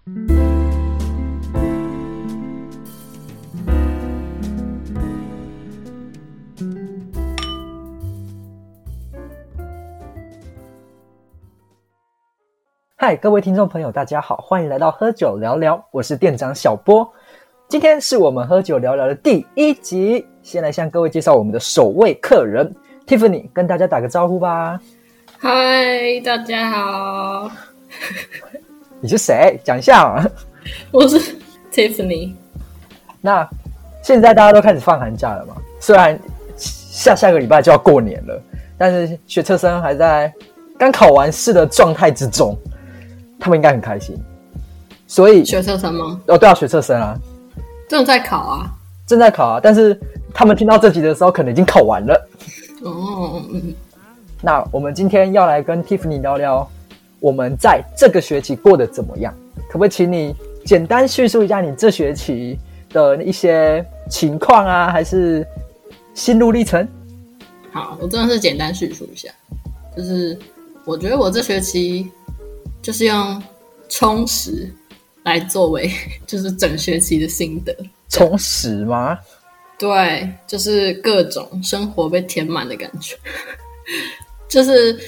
嗨，各位听众朋友，大家好，欢迎来到喝酒聊聊，我是店长小波。今天是我们喝酒聊聊的第1集，先来向各位介绍我们的首位客人 Tiffany， 跟大家打个招呼吧。 嗨，大家好。 你是谁？讲一下嘛。 我是 Tiffany。 那现在大家都开始放寒假了嘛，虽然下个礼拜就要过年了，但是学测生还在刚考完试的状态之中，他们应该很开心。所以学测生吗？ 哦，对啊，学测生啊， 正在考啊， 正在考啊，但是他们听到这集的时候，可能已经考完了。 哦， 那我们今天要来跟 Tiffany 聊聊我们在这个学期过得怎么样，可不可以请你简单叙述一下你这学期的一些情况啊，还是心路历程？ 好，我真的是简单叙述一下，就是我觉得我这学期就是用充实来作为就是整学期的心得。 充实吗？ 对，就是各种生活被填满的感觉。就是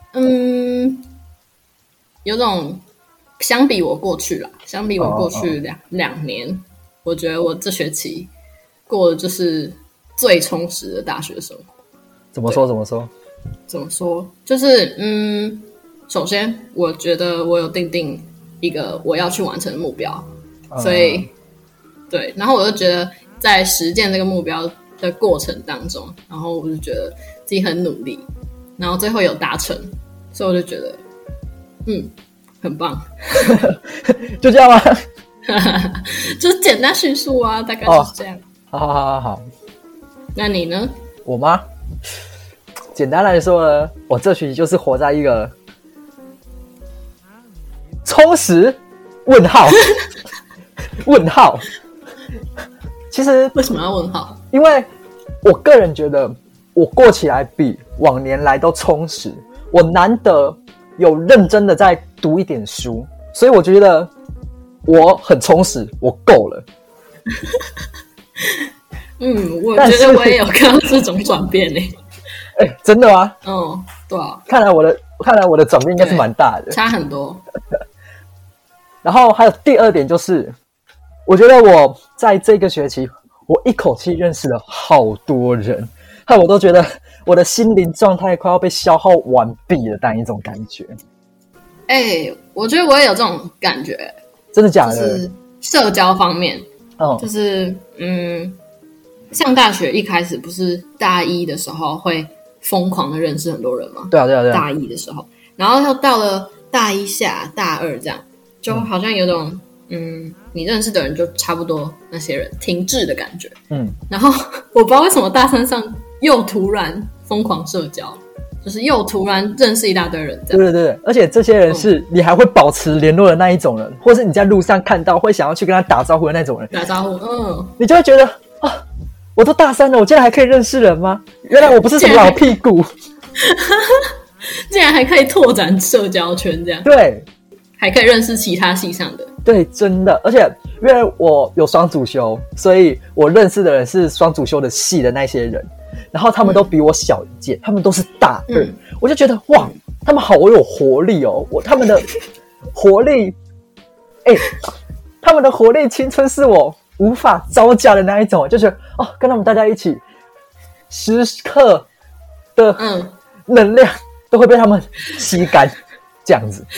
有种相比我过去两年，我觉得我这学期过的就是最充实的大学生活。怎么说？就是首先我觉得我有定一个我要去完成的目标，所以对，然后我就觉得在实践这个目标的过程当中，然后我就觉得自己很努力，然后最后有达成，所以我就觉得很棒。 就这样吗？ 就是简单叙述啊，大概就是这样。 好。 那你呢？ 我吗？简单来说呢，我这学期就是活在一个充实问号问号。其实为什么要问号？ 因为我个人觉得我过起来比往年来都充实，我难得有认真的在读一点书，所以我觉得我很充实，我够了。 我觉得我也有看到这种转变耶。 真的吗？ 对啊。 看来我的转变应该是蛮大的， 差很多。 然后还有第二点就是，我觉得我在这个学期，我一口气认识了好多人，害我都觉得我的心灵状态快要被消耗完毕了，但一种感觉。 我觉得我也有这种感觉。 真的假的？ 就是社交方面，就是上大学一开始不是大一的时候会疯狂的认识很多人吗？ 对啊。 大一的时候，然后到了大一下、大二这样，就好像有种你认识的人就差不多那些人停滞的感觉。然后我不知道为什么大三上又突然疯狂社交，就是又突然认识一大堆人这样。 对，而且这些人是你还会保持联络的那一种人，或是你在路上看到会想要去跟他打招呼的那种人。 打招呼， 你就会觉得我都大三了，我竟然还可以认识人吗？原来我不是什么老屁股。 竟然还可以拓展社交圈这样。 对， 还可以认识其他系上的。 对，真的。而且因为我有双主修，所以我认识的人是双主修的系的那些人，然后他们都比我小一届，他们都是大二。我就觉得哇，他们好有活力哦！他们的活力，他们的活力青春是我无法招架的那一种，就觉得跟他们大家一起，时刻的能量都会被他们吸干，这样子。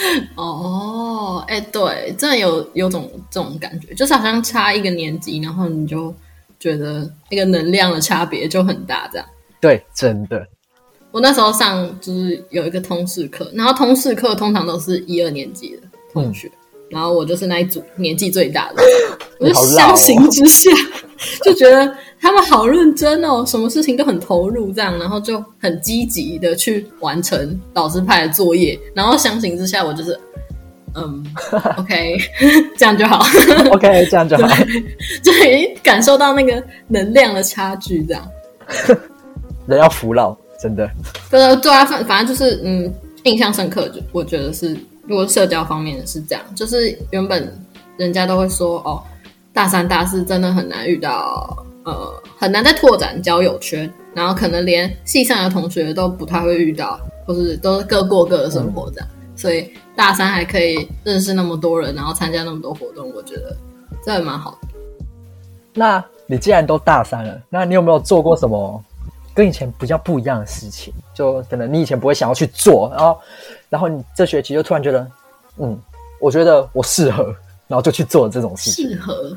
对，真的有种这种感觉，就是好像差一个年级，然后你就觉得那个能量的差别就很大，这样。 对，真的。 我那时候上就是有一个通识课，然后通识课通常都是1、2年级的同学，然后我就是那一组年纪最大的，我就相形之下就觉得他们好认真哦，什么事情都很投入这样，然后就很积极的去完成老师派的作业，然后相形之下我就是OK 这样就好 OK 这样就好， 就已经感受到那个能量的差距这样。 人要服老，真的。 对啊，反正就是印象深刻，我觉得是如果社交方面是这样，就是原本人家都会说哦，大三大四真的很难遇到很难再拓展交友圈，然后可能连系上的同学都不太会遇到，或是都是各过各的生活这样。所以大三还可以认识那么多人，然后参加那么多活动，我觉得这还蛮好的。 那你既然都大三了，那你有没有做过什么跟以前比较不一样的事情？就可能你以前不会想要去做，然后你这学期就突然觉得，我觉得我适合，然后就去做这种事情。 适合，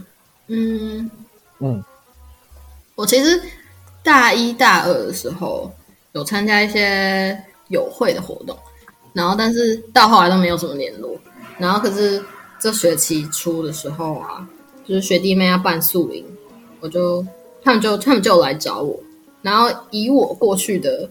我其实大一大二的时候有参加一些友会的活动，然后但是到后来都没有什么联络。然后可是这学期初的时候啊，就是学弟妹要办宿营，他们就来找我，然后以我过去的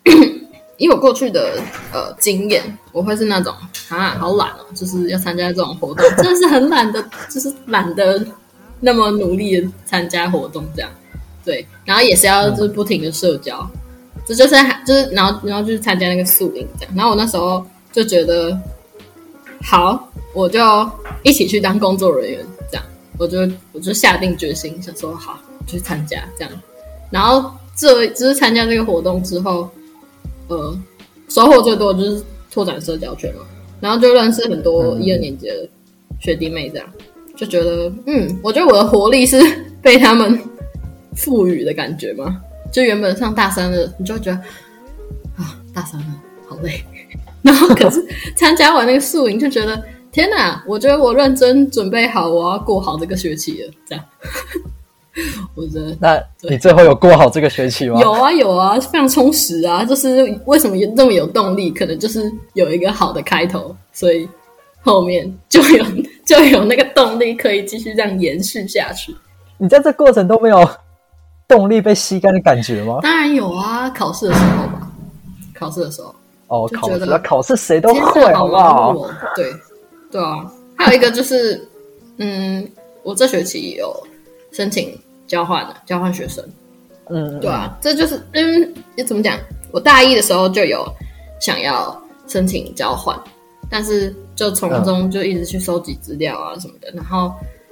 经验，我会是那种好懒哦，就是要参加这种活动，真的是很懒的，就是懒得那么努力的参加活动这样。对，然后也是要就是不停的社交，就是然后就是参加那个宿营这样。然后我那时候就觉得，好，我就一起去当工作人员这样。我就下定决心，想说好，我去参加这样。然后就是参加这个活动之后，收获最多的就是拓展社交圈嘛，然后就认识很多1、2年级的学弟妹这样，就觉得我觉得我的活力是被他们赋予的感觉嘛。就原本上大三了，你就会觉得大三了好累，然后可是参加完那个宿营就觉得天哪，我觉得我认真准备好我要过好这个学期了这样。我觉得， 那你最后有过好这个学期吗？ 有啊，非常充实啊！就是为什么这么有动力，可能就是有一个好的开头，所以后面就有那个动力可以继续这样延续下去。 你在这过程都没有动力被吸干的感觉吗？ 当然有啊，考试的时候吧，考试的时候考试谁都会，好不好？ 对啊，还有一个就是我这学期有申请交换学生，对啊，这就是怎么讲？我大一的时候就有想要申请交换，但是就从中就一直去收集资料啊什么的，然后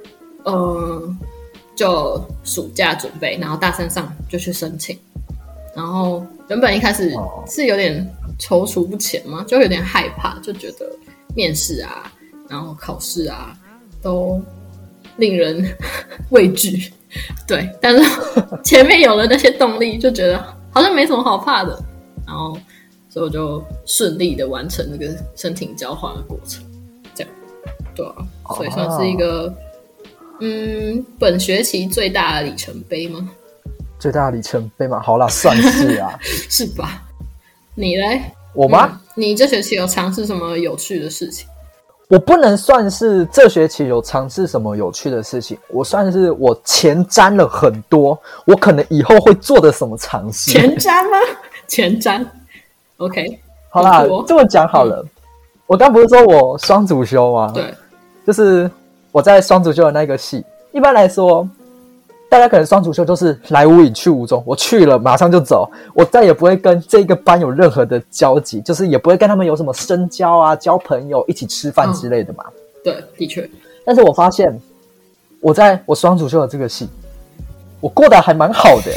就暑假准备，然后大三上就去申请，然后原本一开始是有点踌躇不前嘛，就有点害怕，就觉得面试啊，然后考试啊都令人畏惧，对，但是前面有了那些动力，就觉得好像没什么好怕的，然后所以我就顺利的完成那个申请交换的过程，这样，对啊，所以算是一个本学期最大的里程碑吗？ 最大的里程碑嘛，好啦，算是啊， 是吧？你嘞？ 我吗？ 你这学期有尝试什么有趣的事情？ 我不能算是这学期有尝试什么有趣的事情，我算是我前瞻了很多，我可能以后会做的什么尝试。 前瞻吗？前瞻 ，OK， 好啦，这么讲好了。我刚不是说我双主修吗？ 对， 就是我在双主修的那个系。一般来说，大家可能双主修就是来无影去无踪，我去了马上就走，我再也不会跟这个班有任何的交集，就是也不会跟他们有什么深交啊、交朋友、一起吃饭之类的嘛。 对，的确。但是我发现，我在我双主修的这个系，我过得还蛮好的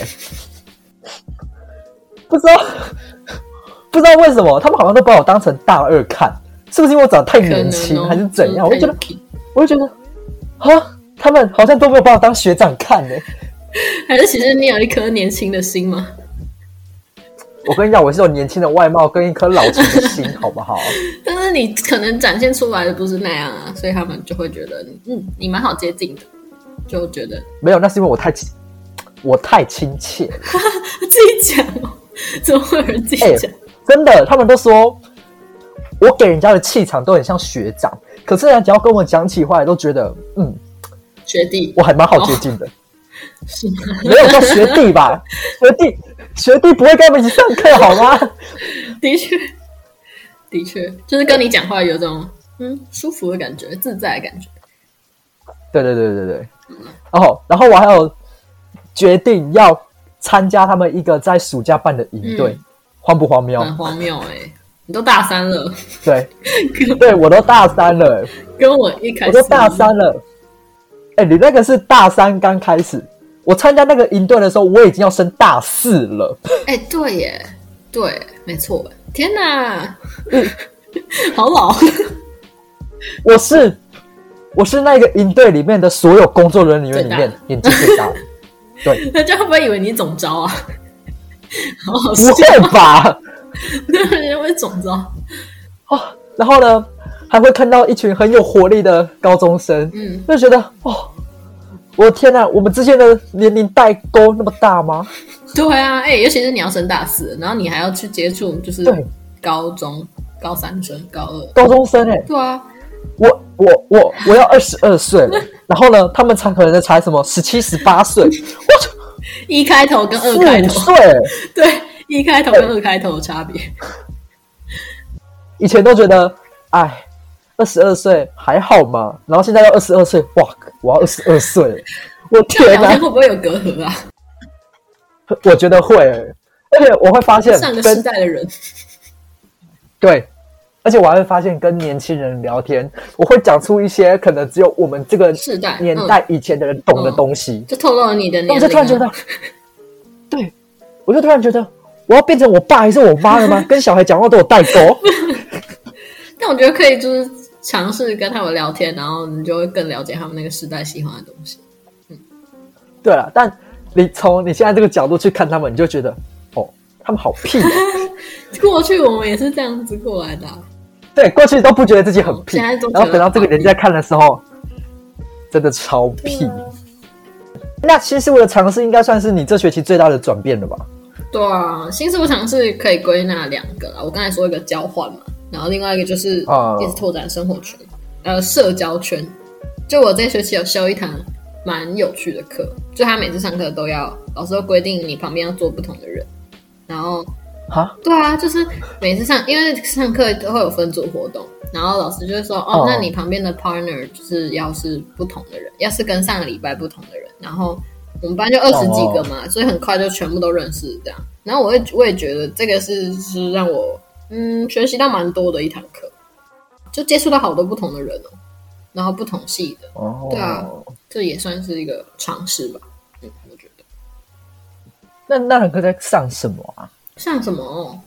不知道为什么，他们好像都把我当成大二看，是不是因为我长得太年轻，还是怎样？我就觉得，他们好像都没有把我当学长看呢。 还是其实你有一颗年轻的心吗？ 我跟你讲，我是有年轻的外貌跟一颗老成的心，好不好？ 但是你可能展现出来的不是那样啊，所以他们就会觉得你蛮好接近的，就觉得没有，那是因为我太亲切了。 自己讲哦，怎么会有人自己讲？ 真的，他们都说我给人家的气场都很像学长，可是人家只要跟我讲起话来，都觉得学弟， 我还蛮好接近的。 是吗？ 没有叫学弟吧？学弟不会跟他们一起上课好吗？ 的确，就是跟你讲话有种舒服的感觉，自在的感觉。 对。然后我还有决定要参加他们一个在暑假办的营队，荒不荒谬？ 很荒谬你都大三了。 对，我都大三了。 跟我一开始我都大三了。 你那个是大3刚开始，我参加那个营队的时候，我已经要升大4了。 对耶，对，没错。天哪，好老。 我是那个营队里面的所有工作人员里面年纪最大的。对， 大家会不会以为你总招啊？好好笑。 不会吧？ 人家会总招。 然后呢，还会看到一群很有活力的高中生，就觉得我的天哪，我们之间的年龄代沟那么大吗？ 对啊，尤其是你要升大4，然后你还要去接触就是高中高3生、高2 高中生对啊， 我要22岁了，然后呢，他们可能才什么17、18岁， 一开头跟2开头 4、5岁， 对，一开头跟2开头的差别。 以前都觉得22岁还好嘛，然后现在要22岁，哇，我要22岁了，我天哪， 会不会有隔阂啊？ 我觉得会，而且我会发现上个世代的人， 对，而且我还会发现跟年轻人聊天，我会讲出一些可能只有我们这个世代年代以前的人懂的东西， 就透露了你的年龄。 我就突然觉得，对，我就突然觉得我要变成我爸还是我妈了吗？跟小孩讲话都有代沟。 但我觉得可以就是尝试跟他们聊天，然后你就会更了解他们那个时代喜欢的东西。 对了，但你从你现在这个角度去看他们，你就觉得他们好屁过去我们也是这样子过来的对，过去都不觉得自己很屁， 然后等到这个年纪在看的时候，真的超屁。那新事物的尝试应该算是你这学期最大的转变了吧？ 对啊，新事物尝试可以归纳2个啦。我刚才说一个交换嘛，然后另外一个就是一直拓展生活圈，社交圈。就我这学期有修一堂蛮有趣的课，就他每次上课都要老师都规定你旁边要坐不同的人，然后对啊，就是每次因为上课都会有分组活动，然后老师就会说那你旁边的 partner 就是要是不同的人，要是跟上个礼拜不同的人，然后我们班就20几个嘛，所以很快就全部都认识这样。然后我也觉得这个是让我学习到蛮多的一堂课，就接触到好多不同的人然后不同系的对啊，这也算是一个尝试吧。我觉得那堂课在上什么啊？ 上什么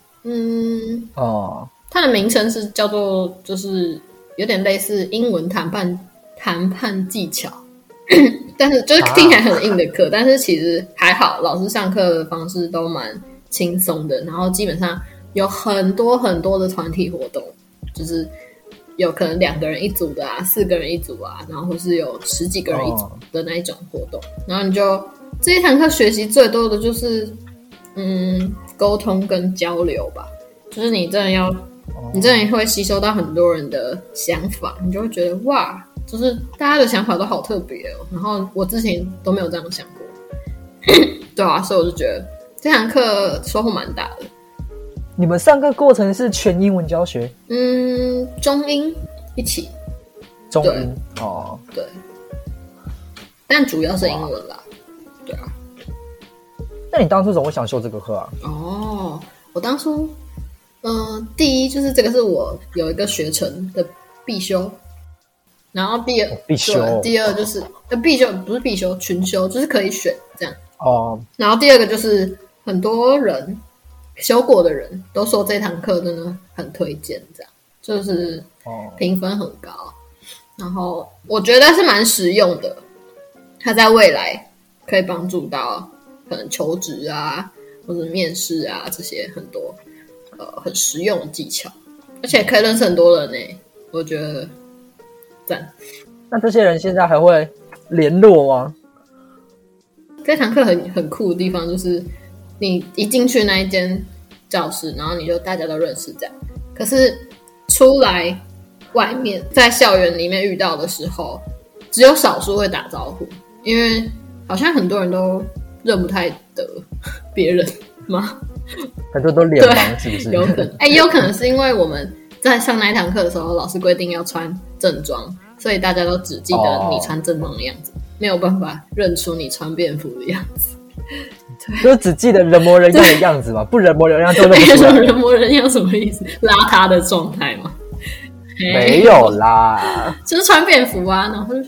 它的名称是叫做就是有点类似英文谈判技巧但是就是听起来很硬的课但是其实还好，老师上课的方式都蛮轻松的，然后基本上有很多很多的团体活动，就是有可能2个人一组的4个人一组然后或是有10几个人一组的那一种活动然后你就这一堂课学习最多的就是沟通跟交流吧，就是你真的会吸收到很多人的想法，你就会觉得哇，就是大家的想法都好特别然后我之前都没有这样想过对啊，所以我就觉得这堂课收获蛮大的。 你们上课过程是全英文教学？ 中英一起。 中英对，但主要是英文啦。对啊。 那你当初怎么会想修这个课啊？ 我当初第一就是这个是我有一个学程的必修，然后第二就是必修不是必修，群修，就是可以选这样然后第二个就是很多人修过的人都说这堂课真的很推荐，这样就是评分很高然后我觉得是蛮实用的，它在未来可以帮助到可能求职或者面试这些很多很实用的技巧，而且可以认识很多人我觉得赞。 那这些人现在还会联络吗？ 这堂课很酷的地方就是你一进去那一间教室，然后你就大家都认识这样，可是出来外面在校园里面遇到的时候只有少数会打招呼，因为好像很多人都认不太得别人吗？ 很多都脸盲是不是？ 有可能也有可能是因为我们在上那一堂课的时候老师规定要穿正装，所以大家都只记得你穿正装的样子没有办法认出你穿便服的样子就只记得人模人样的样子嘛，不人模人样就认不出来。 人模人样什么意思？邋遢的状态吗？ 没有啦， 就是穿便服然后就想说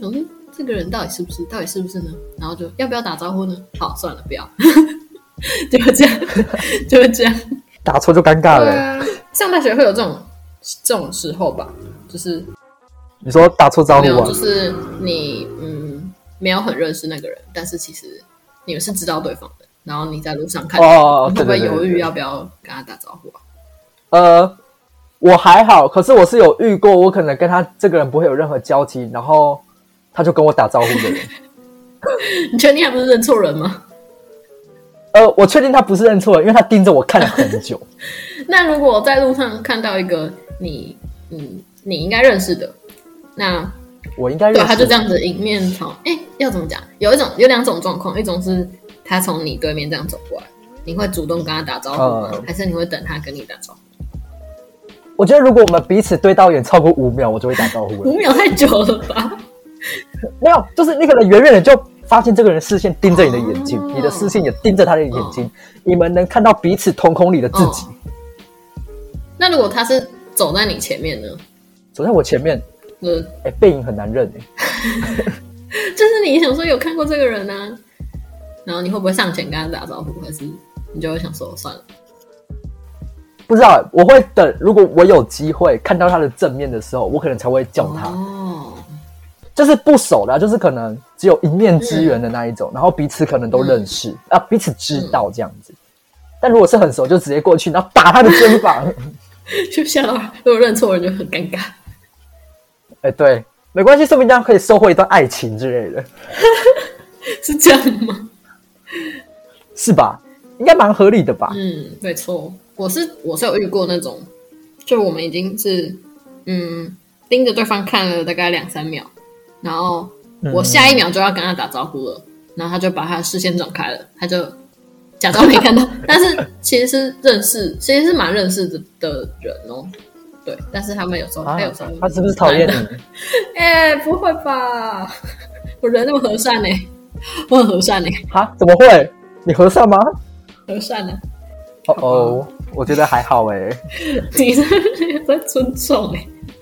这个人到底是不是呢？然后就要不要打招呼呢？好，算了，不要，就会这样， 打错就尴尬了。 上大学会有这种时候吧，就是你说打错招呼啊？ 没有，就是你没有很认识那个人，但是其实你们是知道对方的，然后你在路上看到，你会不会犹豫要不要跟他打招呼啊？我还好，可是我是有遇过，我可能跟他这个人不会有任何交集，然后他就跟我打招呼的人。 你确定他不是认错人吗？ 我确定他不是认错人，因为他盯着我看了很久。 那如果在路上看到一个你应该认识的，那我应该认识的， 对，他就这样子迎面从要怎么讲？有两种状况，一种是他从你对面这样走过来，你会主动跟他打招呼吗？还是你会等他跟你打招呼？ 我觉得如果我们彼此对到眼超过5秒，我就会打招呼了。 5秒太久了吧？ 没有，就是你可能远远的就发现这个人视线盯着你的眼睛，你的视线也盯着他的眼睛，你们能看到彼此瞳孔里的自己。 那如果他是走在你前面呢？ 走在我前面，背影很难认就是你想说有看过这个人啊，然后你会不会上前跟他打招呼，还是你就会想说算了？ 不知道，我会等，如果我有机会看到他的正面的时候，我可能才会叫他。就是不熟的，就是可能只有一面之缘的那一种，然后彼此可能都认识彼此知道这样子。但如果是很熟，就直接过去，然后打他的肩膀， 就吓到如果认错人就很尴尬。 对，没关系，说不定这样可以收获一段爱情之类的。 是这样吗？ 是吧？应该蛮合理的吧？ 没错。我是有遇过那种，就我们已经是盯着对方看了大概2-3秒，然后我下一秒就要跟他打招呼了，然后他就把他的视线转开了，他就假装没看到，但是其实是蛮认识的人哦。对，但是他们有时候他是不是讨厌你？ 不会吧？我人那么和善我很和善怎么会？你和善吗？ 和善呢？ 我觉得还好你在尊重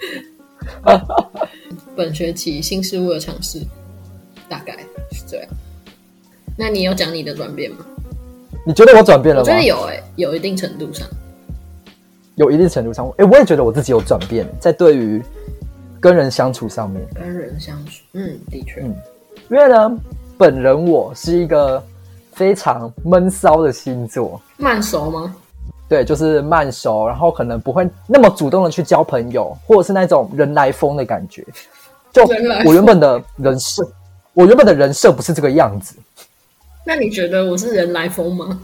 本学期新事物的尝试大概是这样。那你有讲你的转变吗？ 你觉得我转变了吗？ 我觉得有有一定程度上， 有一定程度上，我也觉得我自己有转变，在对于跟人相处上面。 跟人相处，的确， 因为呢，本人我是一个非常闷骚的星座。 慢熟吗？ 对，就是慢熟，然后可能不会那么主动的去交朋友，或者是那种人来疯的感觉。就我原本的人设不是这个样子。 那你觉得我是人来疯吗？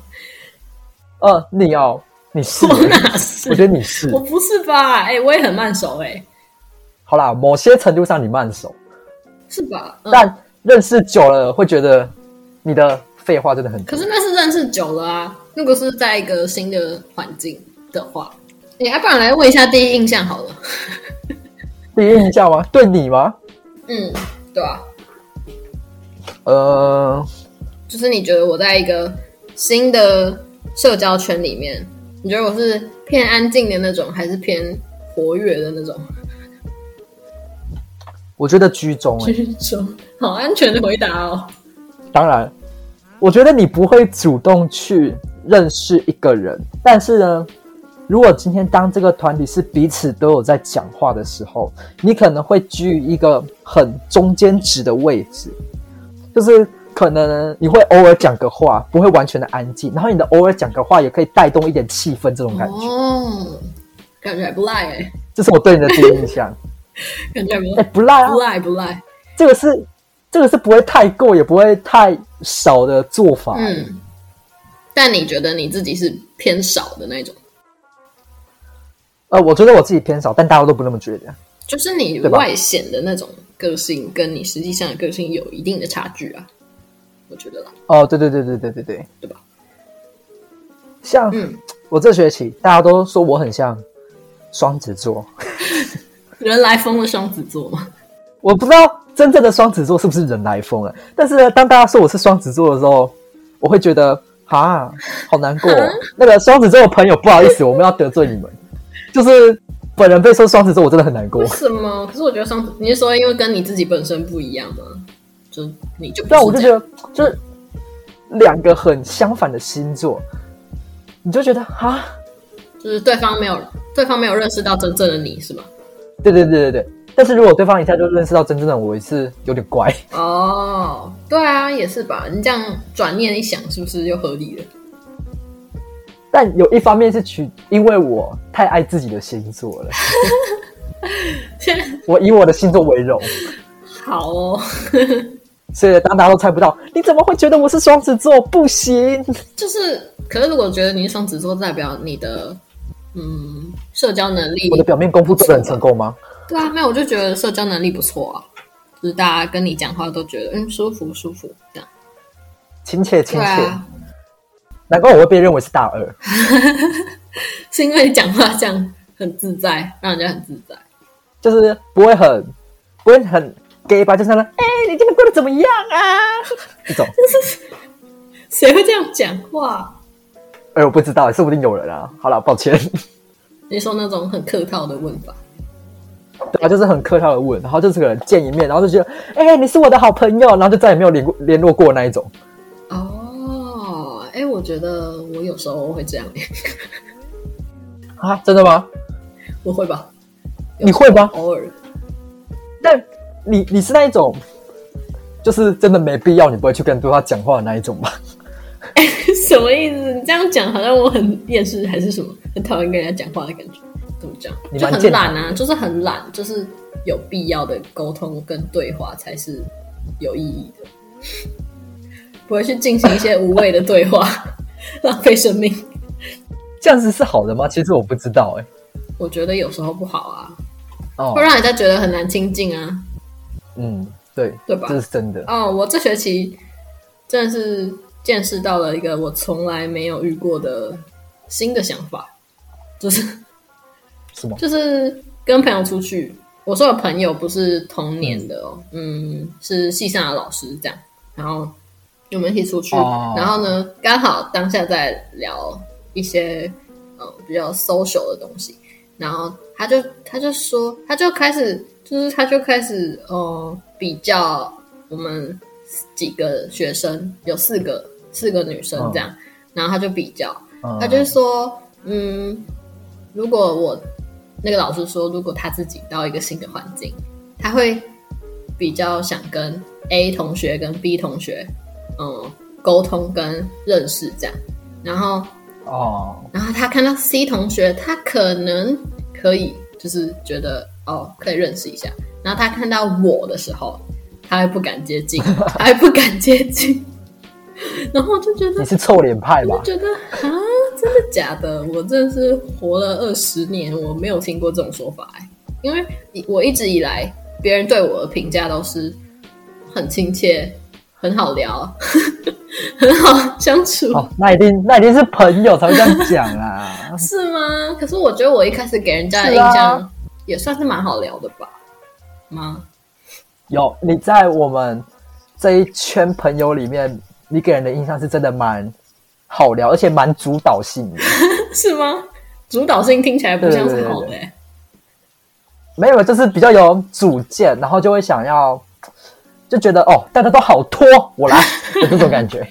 你是？ 我哪是？ 我觉得你是。 我不是吧？我也很慢熟好啦，某些程度上你慢熟， 是吧？ 但认识久了会觉得你的废话真的很多。 可是那是认识久了啊，那个是在一个新的环境的话，不然来问一下第一印象好了。 第一印象吗？对你吗？ 对啊。就是你觉得我在一个新的社交圈里面，你觉得我是偏安静的那种，还是偏活跃的那种？ 我觉得居中。 居中，好安全的回答哦。 当然，我觉得你不会主动去认识一个人，但是呢，如果今天当这个团体是彼此都有在讲话的时候，你可能会居于一个很中间值的位置，就是可能你会偶尔讲个话，不会完全的安静，然后你的偶尔讲个话也可以带动一点气氛，这种感觉。 感觉还不赖这是我对你的第一印象。 感觉还不赖啊， 不赖。 这个是不会太过，也不会太少的做法。 但你觉得你自己是偏少的那种？ 我觉得我自己偏少，但大家都不那么觉得。 就是你外显的那种个性，跟你实际上的个性有一定的差距啊，我觉得啦。 对， 对吧？ 像我这学期，大家都说我很像双子座， 人来疯的双子座吗？ 我不知道真正的双子座是不是人来疯了，但是呢，当大家说我是双子座的时候，我会觉得好难过那个双子座的朋友，不好意思，我们要得罪你们。就是本人被说双子座，我真的很难过。 为什么？可是我觉得双子，你是说因为跟你自己本身不一样吗？ 就你就不是对啊，我就觉得就是两个很相反的星座，你就觉得啊， 就是对方没有认识到真正的你是吗？ 对。但是如果对方一下就认识到真正的我，也是有点怪。 哦，对啊，也是吧。你这样转念一想，是不是又合理了？ 但有一方面是因为我太爱自己的星座了，我以我的星座为荣。 好哦， 所以当大家都猜不到，你怎么会觉得我是双子座？不行， 可是如果觉得你是双子座，代表你的社交能力， 我的表面功夫做得很成功吗？ 对啊，没有，我就觉得社交能力不错啊，就是大家跟你讲话都觉得舒服这样， 亲切， 对啊， 难怪我会被认为是大二， 是因为你讲话这样很自在，让人家很自在， 就是不会很 gay 吧，就是那你今天过得怎么样啊？这种谁会这样讲话？ 我不知道，说不定有人啊。好了，抱歉。 你说那种很客套的问法。 对啊，就是很客套的问，然后就是可能见一面，然后就觉得，你是我的好朋友，然后就再也没有联络过那一种。 哦，我觉得我有时候会这样。 啊，真的吗？ 我会吧。 你会吗？ 偶尔。 但你是那一种，就是真的没必要，你不会去跟对方讲话的那一种吗？ 什么意思？你这样讲好像我很厌世还是什么，很讨厌跟人家讲话的感觉。怎么讲？就很懒啊，就是很懒，就是有必要的沟通跟对话才是有意义的，不会去进行一些无谓的对话，浪费生命。 这样子是好的吗？其实我不知道我觉得有时候不好啊，会让人家觉得很难亲近啊。 对吧？这是真的。 我这学期真的是见识到了一个我从来没有遇过的新的想法，就是什么？ 就是跟朋友出去，我说的朋友不是同年的是系上的老师这样，然后我们一起出去，然后呢，刚好当下在聊一些比较 social 的东西，然后他就说，他就开始比较我们几个学生，有四个女生这样，然后他就比较，他就说如果我那个老师说，如果他自己到一个新的环境，他会比较想跟 A 同学跟 B 同学沟通跟认识这样，然后他看到 C 同学，他可能可以就是觉得可以认识一下，然后他看到我的时候，他会不敢接近，然后我就觉得你是臭脸派吧？ 我就觉得真的假的？我真的是活了20年，我没有听过这种说法因为我一直以来别人对我的评价都是很亲切，很好聊，很好相处。 那一定是朋友才会这样讲啊。 是吗？可是我觉得我一开始给人家的印象也算是蛮好聊的吧？吗？ 有，你在我们这一圈朋友里面，你给人的印象是真的蛮好聊，而且蛮主导性的。 是吗？主导性听起来不像是好的没有，就是比较有主见，然后就会想要，就觉得大家都好拖，我来有这种感觉。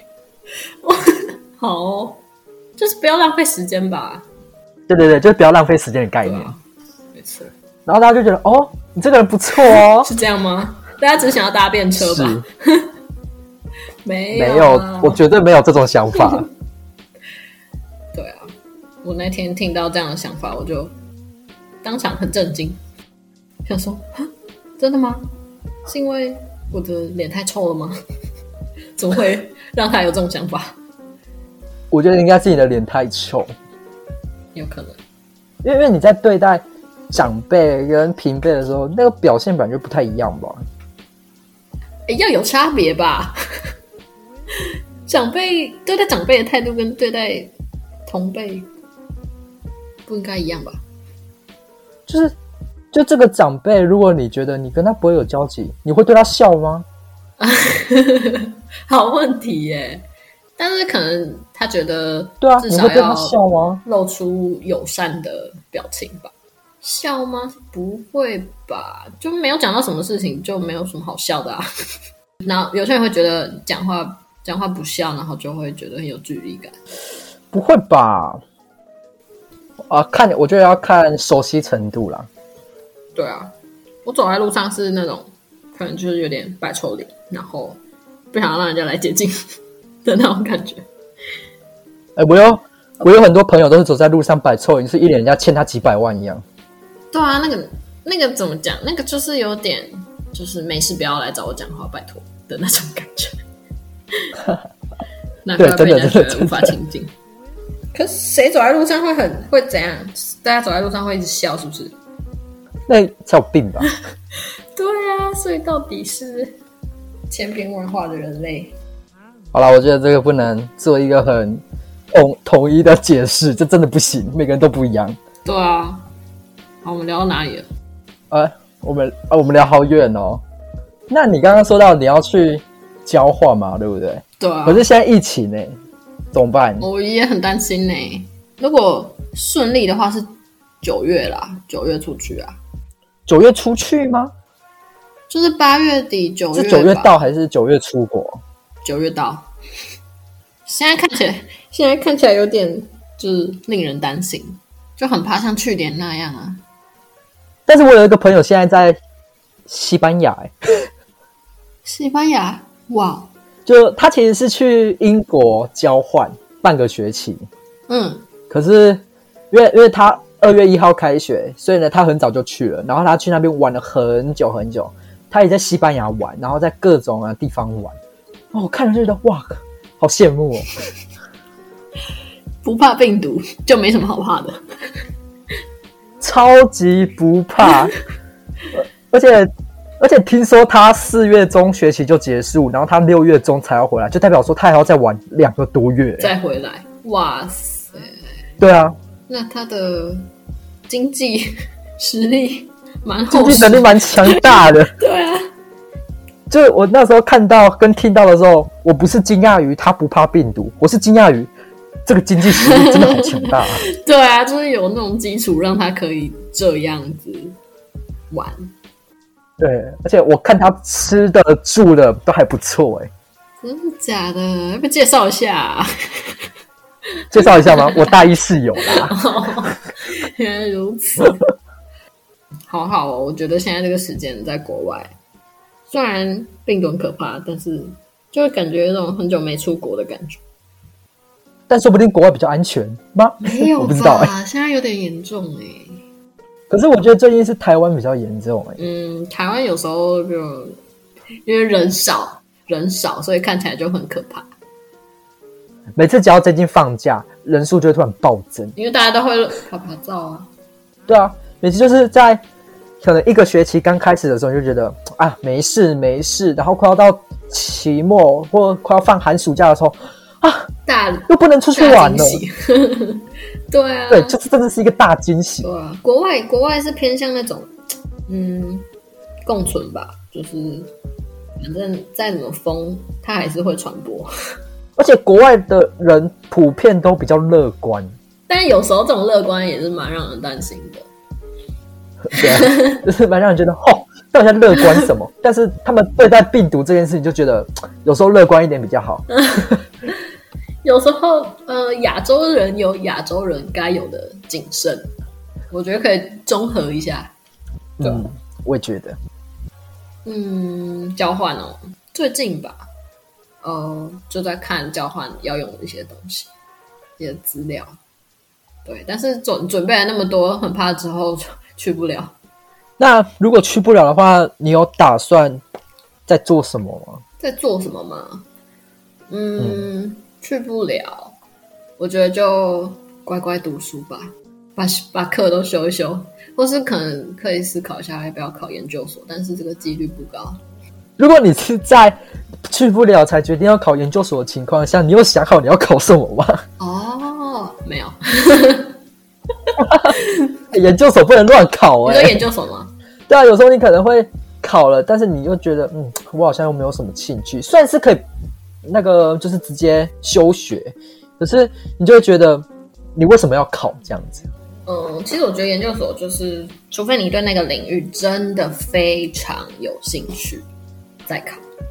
好就是不要浪费时间吧。 对，就是不要浪费时间的概念。 没错。 然后大家就觉得你这个人不错是这样吗？大家只想要搭便车吧？没有，我绝对没有这种想法。 对啊，我那天听到这样的想法，我就当场很震惊，想说真的吗？是因为我的脸太臭了吗？怎么会让他有这种想法？ 我觉得应该是你的脸太臭， 有可能， 因为你在对待长辈跟平辈的时候，那个表现本来就不太一样吧？ 要有差别吧？对待长辈的态度跟对待同辈不应该一样吧？ 就这个长辈，如果你觉得你跟他不会有交集，你会对他笑吗？ 好问题耶！但是可能他觉得， 对啊， 至少你会对他笑吗？ 露出友善的表情吧？笑吗？不会吧？就没有讲到什么事情，就没有什么好笑的啊。 然后有些人会觉得讲话不笑，然后就会觉得很有距离感。 不会吧？我觉得要看熟悉程度啦。 对啊，我走在路上是那种可能就是有点摆臭脸，然后不想让人家来接近的那种感觉。 我有很多朋友都是走在路上摆臭脸，是一脸人家欠他几百万一样。 对啊，那个怎么讲？那个就是有点就是没事不要来找我讲话，拜托的那种感觉。难怪被人家觉得无法亲近。可是谁走在路上会怎样？大家走在路上会一直笑，是不是？ 那才有病吧？ 对啊，所以到底是千变万化的人类。 好啦，我觉得这个不能做一个很统一的解释，这真的不行，每个人都不一样。 对啊。好，我们聊到哪里了？ 我们聊好远哦。那你刚刚说到你要去交换嘛，对不对？ 对啊。 可是现在疫情呢，怎么办？ 我也很担心呢。如果顺利的话是9月啦，9月出去啊。 9月出去吗？ 就是8月底9月。 是9月到还是9月出国 ？9月到。现在看起来有点就是令人担心，就很怕像去年那样啊。 但是我有一个朋友现在在西班牙西班牙，哇！ 就他其实是去英国交换半个学期，可是因为他2月1号开学，所以呢他很早就去了，然后他去那边玩了很久很久，他也在西班牙玩，然后在各种地方玩，我看了就觉得哇，好羡慕哦！ 不怕病毒就没什么好怕的。 超级不怕，而且听说他4月中学期就结束，然后他6月中才要回来，就代表说他还要再玩2个多月再回来。哇塞！ 对啊， 那他的经济实力蛮经济能力蛮强大的。 对啊， 就是我那时候看到跟听到的时候，我不是惊讶于他不怕病毒，我是惊讶于这个经济实力真的好强大啊！ 对啊，就是有那种基础让他可以这样子玩。 对，而且我看他吃的住的都还不错哎。 真的假的？要不要介绍一下？ 介绍一下吗？我大一室友啦。 原来如此，好好哦！我觉得现在这个时间在国外，虽然病毒很可怕，但是就会感觉有种很久没出国的感觉。 但说不定国外比较安全吗？ 没有吧， 我不知道现在有点严重可是我觉得最近是台湾比较严重台湾有时候就因为人少，所以看起来就很可怕。 每次只要最近放假，人数就会突然暴增， 因为大家都会拍拍照啊。 对啊，每次就是在可能1个学期刚开始的时候，就觉得啊没事，然后快要到期末或快要放寒暑假的时候。又不能出去玩了。 对啊， 对，就是真的是一个大惊喜。 对啊，国外是偏向那种共存吧，就是反正再怎么封，它还是会传播。 而且国外的人普遍都比较乐观， 但有时候这种乐观也是蛮让人担心的。 对啊，就是蛮让人觉得到底在乐观什么？但是他们对待病毒这件事情，就觉得有时候乐观一点比较好。 有时候，亚洲人有亚洲人该有的谨慎，我觉得可以综合一下。 我也觉得。 交换哦，最近吧，就在看交换要用的一些东西，一些资料。对，但是准备了那么多，很怕之后去不了。 那如果去不了的话，你有打算在做什么吗？ 在做什么吗？去不了，我觉得就乖乖读书吧，把课都修一修，或是可能可以思考一下要不要考研究所，但是这个几率不高。 如果你是在去不了才决定要考研究所的情况下，你有想好你要考什么吗？没有。 研究所不能乱考你说研究所吗？ 对啊，有时候你可能会考了，但是你又觉得我好像又没有什么兴趣，虽然是可以那个就是直接休学，可是你就会觉得你为什么要考这样子？ 其实我觉得研究所就是除非你对那个领域真的非常有兴趣再考，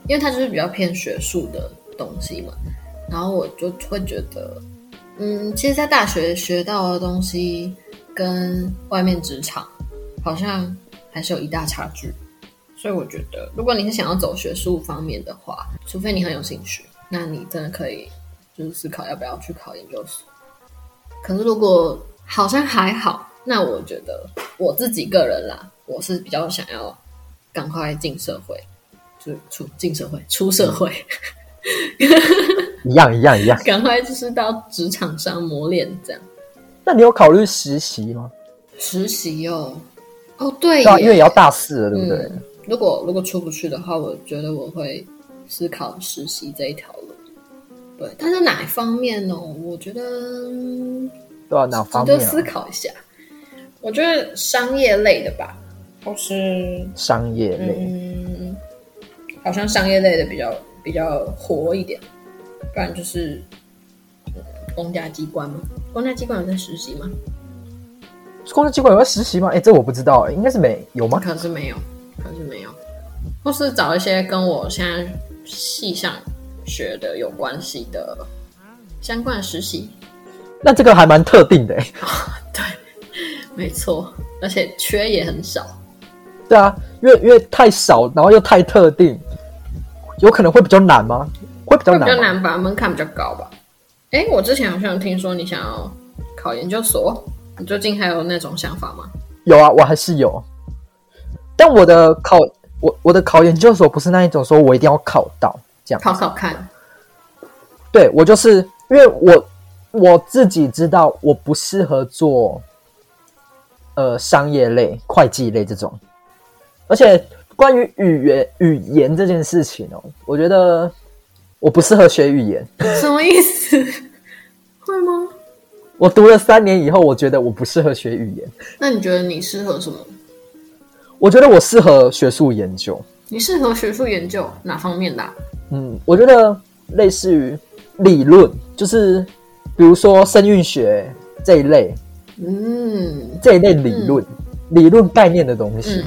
因为它就是比较偏学术的东西嘛，然后我就会觉得，其实在大学学到的东西跟外面职场好像还是有一大差距，所以我觉得如果你是想要走学术方面的话，除非你很有兴趣，那你真的可以就是思考要不要去考研究所。可是如果好像还好，那我觉得我自己个人啦，我是比较想要赶快进社会，就是出社会一样， 赶快就是到职场上磨练这样。 那你有考虑实习吗？ 实习哦，对耶， 对啊，因为也要大四了，对不对？ 如果出不去的话，我觉得我会思考实习这一条路。对，但是哪一方面呢？我觉得对啊，哪方面值得思考一下。我觉得商业类的吧，或是商业类， 好像商业类的比较活一点，不然就是公家机关吗？公家机关有在实习吗？ 公家机关有在实习吗？这我不知道，应该是没有吗？ 可是没有，或是找一些跟我现在系上学的有关系的相关的实习。 那这个还蛮特定的对，没错，而且缺也很少。 对啊，因为太少，然后又太特定，有可能会比较难吗？会比较难吧，门槛比较高吧。我之前好像听说你想要考研究所，你最近还有那种想法吗？ 有啊，我还是有，但我的考研究所不是那一种说我一定要考到这样， 考看。 对，我就是因为我自己知道我不适合做商业类、会计类这种，而且关于语言这件事情我觉得我不适合学语言。 什么意思？会吗？ 我读了3年以后，我觉得我不适合学语言。 那你觉得你适合什么？ 我觉得我适合学术研究。 你适合学术研究哪方面的我觉得类似于理论，就是比如说生运学这一类，这一类理论概念的东西。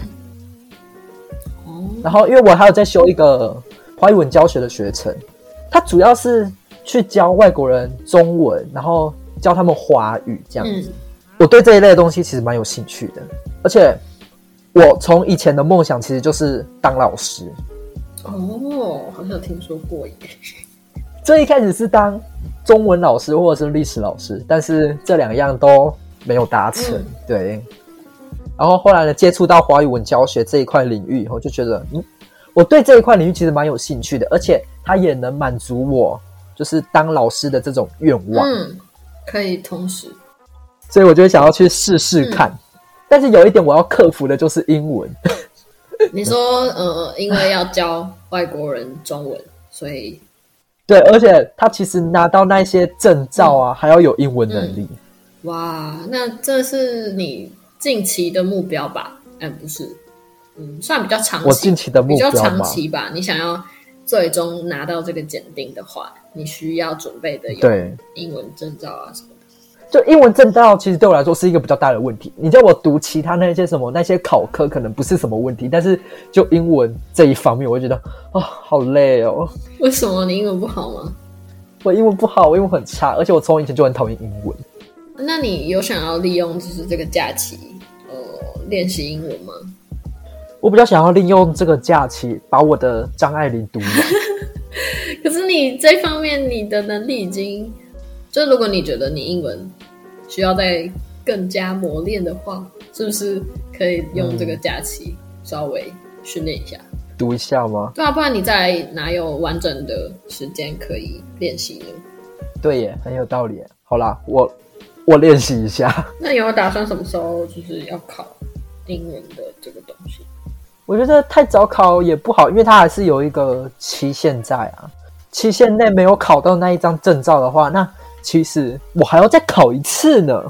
然后因为我还有在修一个华语文教学的学程，它主要是去教外国人中文，然后教他们华语这样子。我对这一类的东西其实蛮有兴趣的，而且我从以前的梦想其实就是当老师。 好像有听说过耶。 最一开始是当中文老师或者是历史老师，但是这2样都没有达成。对。然后后来呢，接触到华语文教学这一块领域以后，就觉得我对这一块领域其实蛮有兴趣的，而且它也能满足我就是当老师的这种愿望。 可以同时， 所以我就想要去试试看。但是有一点我要克服的就是英文。 你说因为要教外国人中文，所以对，而且他其实拿到那些证照啊，还要有英文能力。 哇，那这是你近期的目标吧？不是，算比较长期。 我近期的目标比较长期吧。你想要最终拿到这个检定的话，你需要准备的有英文证照啊什么的。 就英文证照其实对我来说是一个比较大的问题。你叫我读其他那些什么那些考科可能不是什么问题，但是就英文这一方面，我会觉得好累哦。 为什么？你英文不好吗？ 我英文不好，我英文很差，而且我从以前就很讨厌英文。 那你有想要利用就是这个假期练习英文吗？ 我比较想要利用这个假期把我的张爱玲读完。 可是你这方面你的能力已经，就如果你觉得你英文需要再更加磨练的话，是不是可以用这个假期稍微训练一下？ 读一下吗？ 对啊，不然你再哪有完整的时间可以练习呢？ 对耶，很有道理耶。好啦，我练习一下。 那你有打算什么时候就是要考英文的这个东西？ 我觉得太早考也不好，因为它还是有一个期限在啊。期限内没有考到那一张证照的话，那其实我还要再考一次呢。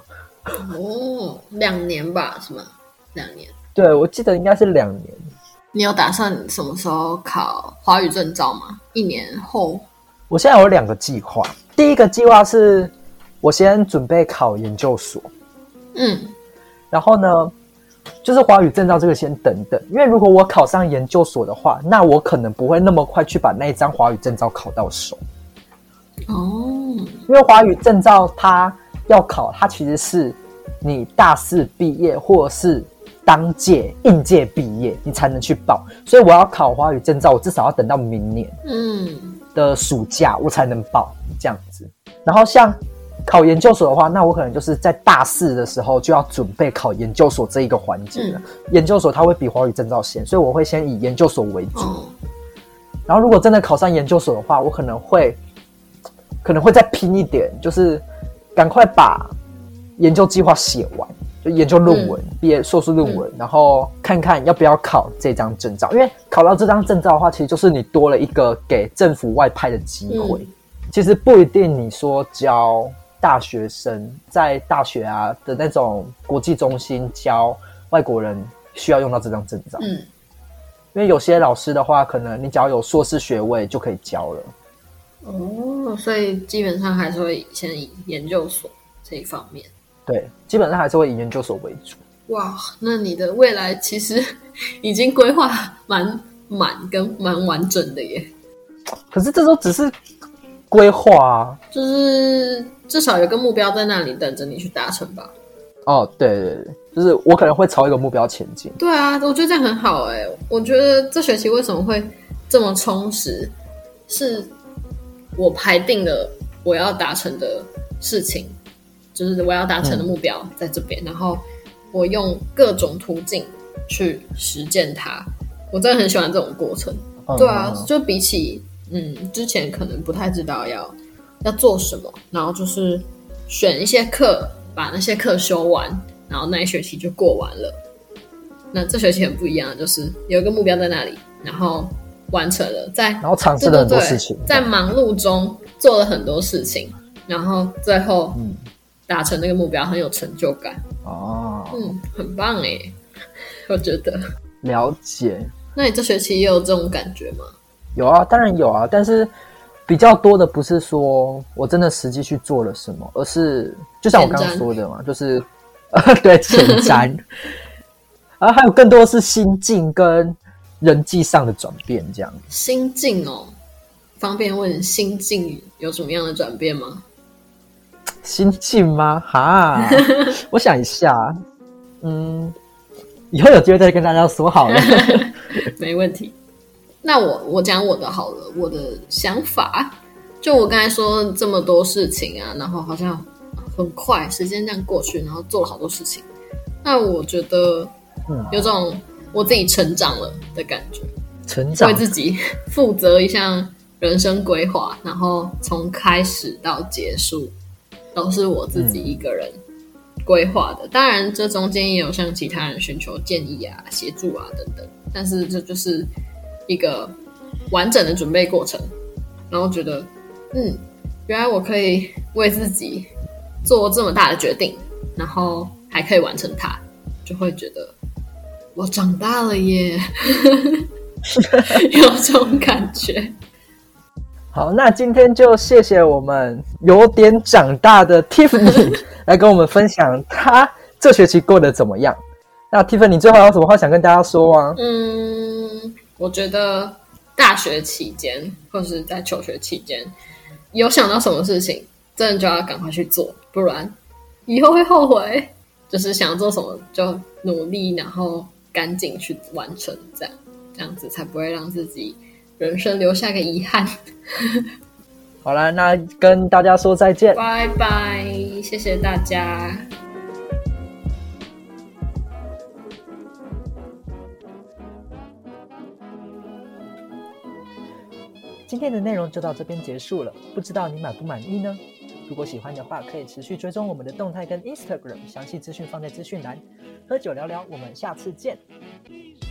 2年吧，是吗？2年。 对，我记得应该是2年。 你有打算什么时候考华语证照吗？1年后？ 我现在有2个计划。第一个计划是我先准备考研究所。然后呢， 就是华语证照这个先等等，因为如果我考上研究所的话，那我可能不会那么快去把那一张华语证照考到手。因为华语证照它要考，它其实是你大四毕业或者是当届应届毕业你才能去报，所以我要考华语证照，我至少要等到明年的暑假我才能报这样子。然后像考研究所的话，那我可能就是在大四的时候就要准备考研究所这一个环节了。研究所它会比华语证照先，所以我会先以研究所为主。然后如果真的考上研究所的话，我可能会再拼一点，就是赶快把研究计划写完，就研究论文，毕业硕士论文，然后看看要不要考这张证照。因为考到这张证照的话，其实就是你多了一个给政府外派的机会。其实不一定你说教大学生在大学啊的那种国际中心教外国人需要用到这张证照。因为有些老师的话，可能你只要有硕士学位就可以教了。 所以基本上还是会先以研究所这一方面。 对，基本上还是会以研究所为主。 哇，那你的未来其实已经规划蛮完整的耶。 可是这都只是规划啊， 就是至少有个目标在那里等着你去达成吧。 对，就是我可能会朝一个目标前进。 对啊，我觉得这样很好耶。我觉得这学期为什么会这么充实，是我排定了我要达成的事情，就是我要达成的目标在这边，然后我用各种途径去实践它。我真的很喜欢这种过程。对啊，就比起之前可能不太知道要做什么，然后就是选一些课，把那些课修完，然后那一学期就过完了。那这学期很不一样，就是有一个目标在那里，然后完成了，然后尝试了很多事情， 在忙碌中做了很多事情，然后最后达成那个目标，很有成就感。很棒耶，我觉得。 了解。那你这学期也有这种感觉吗？ 有啊，当然有啊，但是比较多的不是说我真的实际去做了什么，而是就像我刚刚说的嘛，就是对，前瞻。然后还有更多是心境跟人际上的转变，这样。 心境方便问心境有什么样的转变吗？ 心境吗？我想一下，以后有机会再跟大家说好了。 没问题。那我讲我的好了，我的想法，就我刚才说这么多事情啊，然后好像很快时间这样过去，然后做了好多事情。那我觉得有种我自己成长了的感觉， 成长， 为自己负责一项人生规划，然后从开始到结束都是我自己一个人规划的。当然这中间也有向其他人寻求建议啊、协助啊等等，但是这就是一个完整的准备过程。然后觉得原来我可以为自己做这么大的决定，然后还可以完成它，就会觉得我长大了耶。有这种感觉。 好，那今天就谢谢我们有点长大的 Tiffany 来跟我们分享她这学期过得怎么样。那 Tiffany 最后有什么话想跟大家说吗？ 我觉得大学期间或是在求学期间有想到什么事情真的就要赶快去做，不然以后会后悔。就是想做什么就努力，然后赶紧去完成，这样子才不会让自己人生留下个遗憾。 好啦，那跟大家说再见， 拜拜，谢谢大家。 今天的内容就到这边结束了，不知道你满不满意呢？如果喜欢的话，可以持续追踪我们的动态跟 Instagram， 详细资讯放在资讯栏。喝酒聊聊，我们下次见。